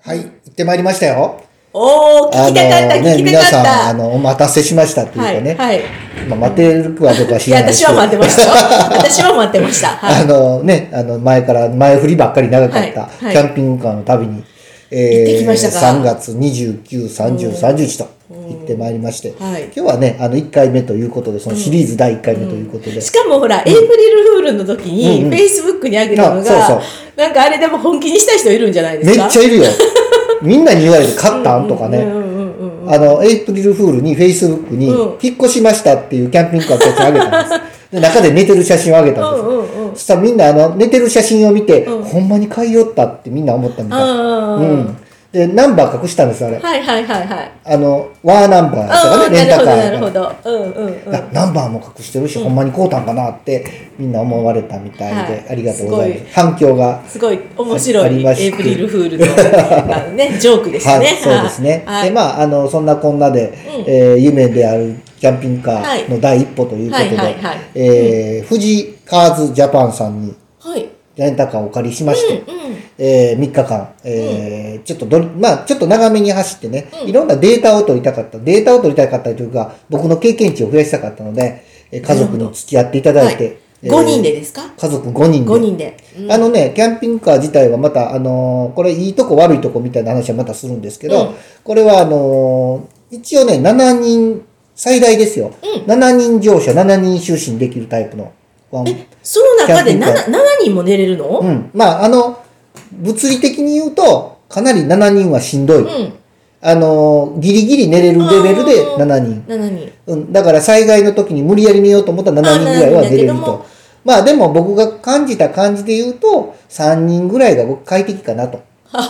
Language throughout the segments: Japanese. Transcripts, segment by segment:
はい、行ってまいりましたよ。 おー、聞きたかった、聞きたかった。 皆さん、お待たせしましたっていうかね。 はい。 まあ、待てるかどうか知いや、 らないですけど。 私は待ってましたよ。私は待ってました。はい。 前振りばっかり長かった、 はいキャンピングカーの旅に、 行ってきましたか 3月29、30、31と行ってまいりまして、 はい。 今日はね、1回目ということで、そのシリーズ第1回目ということで。 しかもほら、エイプリルフールの時に、Facebook に上げたのが、 そうそう。 なんかあれでも本気にした人いるんじゃないですか？ めっちゃいるよ。みんなに言われて買ったんとかね。エイプリルフールに Facebook に引っ越しましたっていうキャンピングカーの写真あげたんです。で中で寝てる写真をあげたんです。そしたらみんな寝てる写真を見て、ほんまに買いよったってみんな思ったみたい。で、ナンバー隠したんです、あれ。 はいはいはいはい。 ワーナンバーとかね、レンタカー。 なるほど。 ナンバーも隠してるし、ほんまに買うたんかなってみんな思われたみたいで、ありがとうございます。反響が。 すごい面白いエイプリルフールのね、ジョークですね。はい、 そうですね。で、そんなこんなで、夢であるキャンピングカーの第一歩ということで、富士カーズジャパンさんに、レンタカーをお借りしまして、3日間、ちょっと長めに走ってね、いろんなデータを取りたかったというか、僕の経験値を増やしたかったので、家族に付き合っていただいて、 5人でですか？ 家族5人で。 5人で。 キャンピングカー自体はまた、これいいとこ悪いとこみたいな話はまたするんですけど、これは一応ね、7人、最大ですよ。7人乗車、7人就寝できるタイプの。 その中で 7人も寝れるの？ 物理的に言うと、かなり7人はしんどい。ギリギリ寝れるレベルで7人。 7人。 だから災害の時に無理やり寝ようと思ったら7人ぐらいは寝れると。でも僕が感じた感じで言うと、3人ぐらいが僕快適かなと。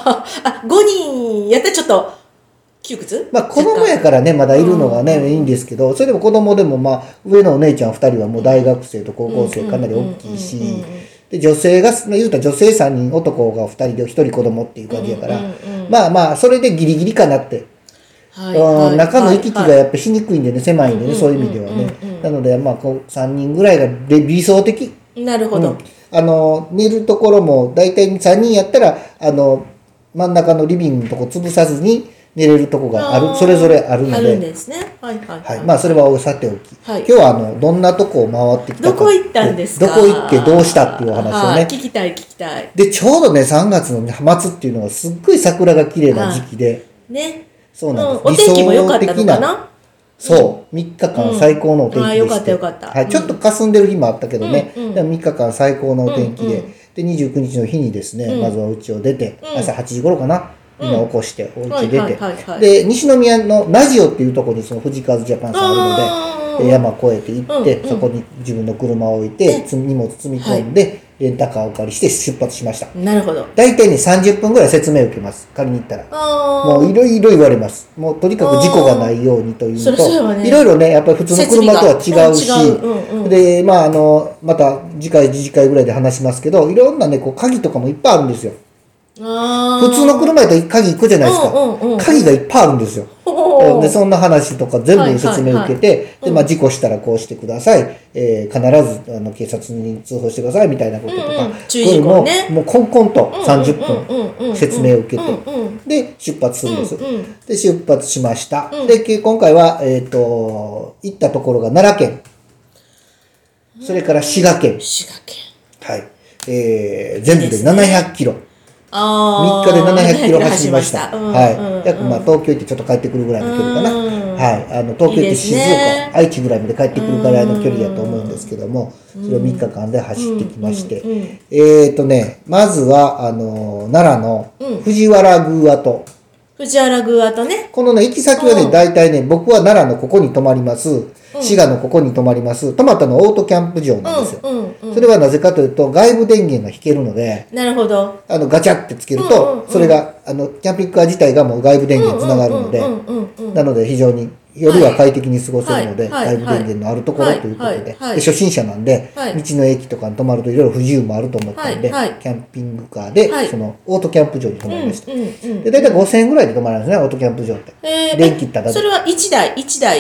5人やったらちょっと、窮屈？ 子供やからね、まだいるのがね、いいんですけど、それでも子供でも上のお姉ちゃん2人はもう大学生と高校生かなり大きいし、で、女性が、言うたら女性3人、男が2人で1人子供っていう感じやから、それでギリギリかなって。中の行き来がやっぱしにくいんでね、狭いんでね、そういう意味ではね。なので、3人ぐらいが理想的。 なるほど。 寝るところも、だいたい3人やったら、真ん中のリビングのとこ潰さずに、寝れるとこがある、それぞれあるので。 あるんですね。はい。 それはさておき。今日はどんなとこを回ってきたか。 どこ行ったんですか？ どこ行ってどうしたっていうお話をね。 聞きたい。 で、ちょうどね、3月の末っていうのはすっごい桜が綺麗な時期で。 ね。 そうなんです。 お天気も良かったのかな？ そう。3日間最高のお天気でして。 よかった。 はい。ちょっと霞んでる日もあったけどね。でも3日間最高のお天気で。で、29日の日にですね、まずは家を出て、朝8時頃かな。今起こしてお家出て、で西宮のラジオっていうところにその富士カーズジャパンさんあるので、山越えて行って、そこに自分の車を置いて荷物積み込んで、レンタカーをお借りして出発しました。 なるほど。 大体ね30分ぐらい説明を受けます。借りに行ったらもういろいろ言われます。もうとにかく事故がないようにというのと、いろいろねやっぱり普通の車とは違うし、でまた次回ぐらいで話しますけど、いろんなね鍵とかもいっぱいあるんですよ。普通の車やったら鍵1個じゃないですか。鍵がいっぱいあるんですよ。で、そんな話とか全部説明を受けて、で、事故したらこうしてください。必ず警察に通報してくださいみたいなこととか、 注意事項ね。 もうコンコンと30分説明を受けて、で、出発するんです。で、出発しました。で、今回は、行ったところが奈良県、それから滋賀県。はい。全部で700キロ。3日で700キロ走りました。約東京行ってちょっと帰ってくるぐらいの距離かな。東京行って静岡、愛知ぐらいまで帰ってくるぐらいの距離だと思うんですけども、それを3日間で走ってきまして、まずは奈良の藤原宮跡。 藤原宮跡ね。 このね、行き先はね、大体ね、僕は奈良のここに泊まります。滋賀のここに泊まります。泊まったのはオートキャンプ場なんですよ。それはなぜかというと、外部電源が引けるので、 なるほど。 ガチャってつけると、それが、キャンピングカー自体がもう外部電源つながるので、なので非常に夜は快適に過ごせるので、外部電源のあるところということで、初心者なんで、道の駅とかに泊まるといろいろ不自由もあると思ったんで、キャンピングカーで、そのオートキャンプ場に泊まりました。で、だいたい5000円ぐらいで泊まるんですね、オートキャンプ場って。電気ったら。 それは1台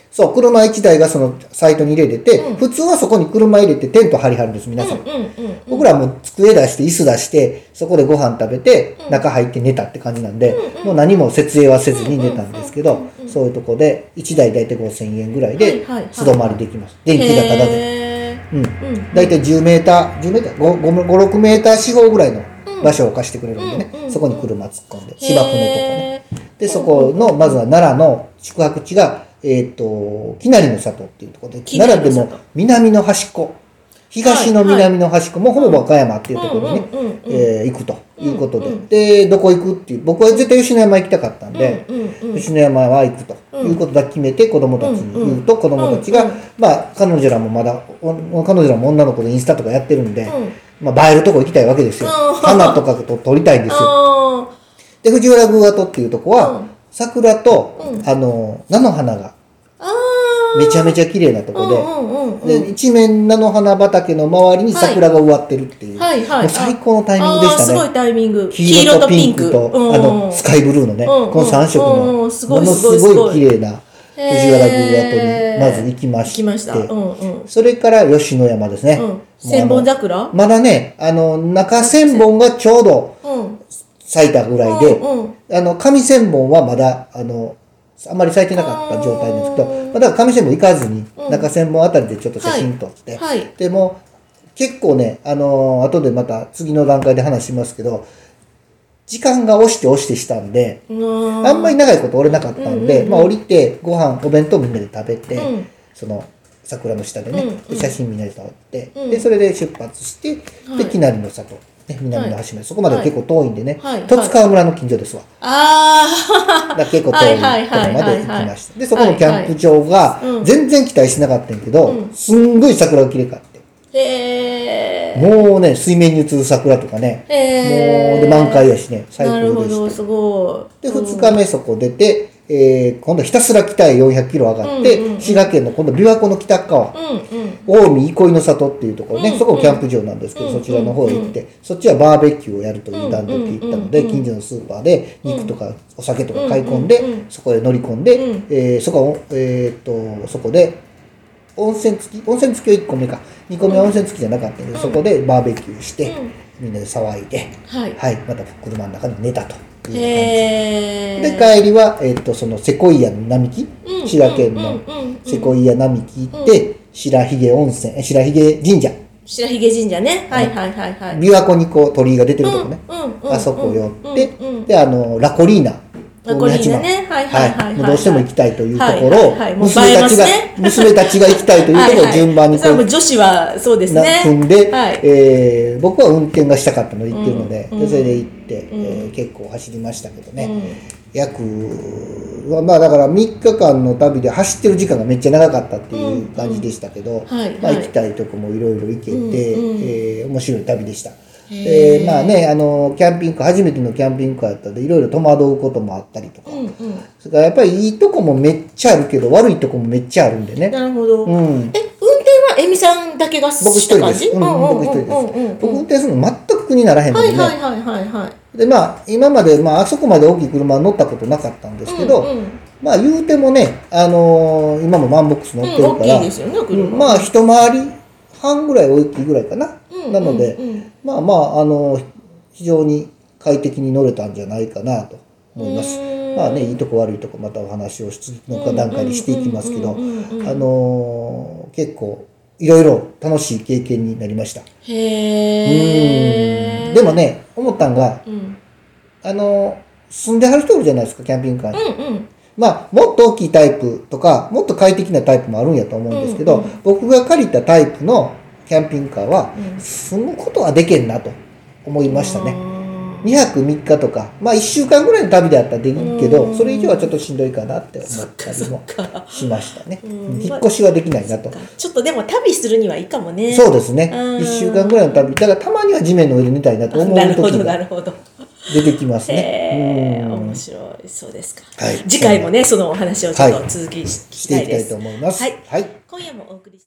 そう、車1台がそのサイトに入れてて、普通はそこに車入れてテント張りはるんです、皆さん。僕らはもう机出して、椅子出して、そこでご飯食べて、中入って寝たって感じなんで、もう何も設営はせずに寝たんですけど、そういうとこで1台だいたい5000円ぐらいで素泊まりできます。電気がタダで。だいたい10メーター、5、6メーター四方ぐらいの場所を貸してくれるんでね、そこに車突っ込んで、芝生のとこね。で、そこの、まずは奈良の宿泊地が、きなりの里っていうところで、奈良でも南の端っこ、東の南の端っこ、もうほぼ和歌山っていうところにね、行くということで、で、どこ行くっていう、僕は絶対吉野山行きたかったんで、吉野山は行くということだけ決めて子供たちに言うと、子供たちが、まあ、彼女らも女の子でインスタとかやってるんで、まあ、映えるとこ行きたいわけですよ。花とかと撮りたいんですよ。で、藤原宮跡っていうとこは、桜と、菜の花が、めちゃめちゃ綺麗なとこで、で、一面菜の花畑の周りに桜が植わってるっていう、もう最高のタイミングでしたね。 すごいタイミング。 黄色とピンクと、スカイブルーのね、この3色の、ものすごい綺麗な藤原宮跡にまず行きまして、それから吉野山ですね。 千本桜？ まだね、中千本がちょうど咲いたぐらいで、上千本はまだ、あんまり咲いてなかった状態ですけど、だから上千本行かずに、中千本あたりでちょっと写真撮って、でも、結構ね、後でまた次の段階で話しますけど、時間が押してしたんで、あんまり長いこと折れなかったんで、まあ降りてご飯、お弁当みんなで食べて、その桜の下でね、写真みんなで撮って、で、それで出発して、で、きなりの里、南の端まで、そこまで結構遠いんでね、十津川村の近所ですわ。だ結構遠いとこまで行きました。で、そこのキャンプ場が、全然期待しなかったんやけど、すんごい桜が綺麗かって。もうね、水面に映る桜とかね、もうで満開やしね、最高でした。なるほど、すごい。で、2日目そこ出て、今度ひたすら北へ400キロ上がって、滋賀県の今度琵琶湖の北側、近江憩いの里っていうところね、そこキャンプ場なんですけど、そちらの方へ行って、そっちはバーベキューをやるという段取りで行ったので、近所のスーパーで肉とかお酒とか買い込んで、そこへ乗り込んで、そこで、温泉付きは1個目か。2個目は温泉付きじゃなかったけど、そこでバーベキューして、みんなで騒いで、また車の中で寝たという感じ。で、帰りは、そのセコイアの並木、滋賀県のセコイア並木行って、白髭神社。 白髭神社ね。 琵琶湖にこう鳥居が出てるとこね。あそこ寄って、で、ラコリーナ。 ラコリーナね。 もうどうしても行きたいというところを、娘たちが行きたいというところを順番にこう、 女子はそうですね。 踏んで、僕は運転がしたかったので行ってるので、それで行って、結構走りましたけどね。まあだから3日間の旅で走ってる時間がめっちゃ長かったっていう感じでしたけど、まあ行きたいとこもいろいろ行けて、面白い旅でした。まあね、キャンピングカー、初めてのキャンピングカーやったんで、いろいろ戸惑うこともあったりとか。それからやっぱりいいとこもめっちゃあるけど、悪いとこもめっちゃあるんでね。 なるほど。運転はエミさんだけがした感じ？ 僕一人です。僕運転するの全く苦にならへんのでね。で、まあ、今まで、あそこまで大きい車乗ったことなかったんですけど、まあ言うてもね、今もワンボックス乗ってるから、まあ一回り半ぐらい大きいぐらいかな。なので、非常に快適に乗れたんじゃないかなと思います。まあね、いいとこ悪いとこまたお話を次の段階にしていきますけど、結構いろいろ楽しい経験になりました。でもね、思ったんが、住んではる人いるじゃないですか、キャンピングカーに。まあ、もっと大きいタイプとか、もっと快適なタイプもあるんやと思うんですけど、僕が借りたタイプのキャンピングカーは、住むことはできんなと思いましたね。2泊3日とか、まあ1週間ぐらいの旅であったらできるけど、それ以上はちょっとしんどいかなって思ったりもしましたね。引っ越しはできないなと。 ちょっとでも旅するにはいいかもね。 そうですね。1週間ぐらいの旅。だからたまには地面の上で寝たいなと思う時が出てきますね。 面白い。そうですか。次回もね、そのお話をちょっと続きしたいです。 していきたいと思います。 はい。今夜もお送り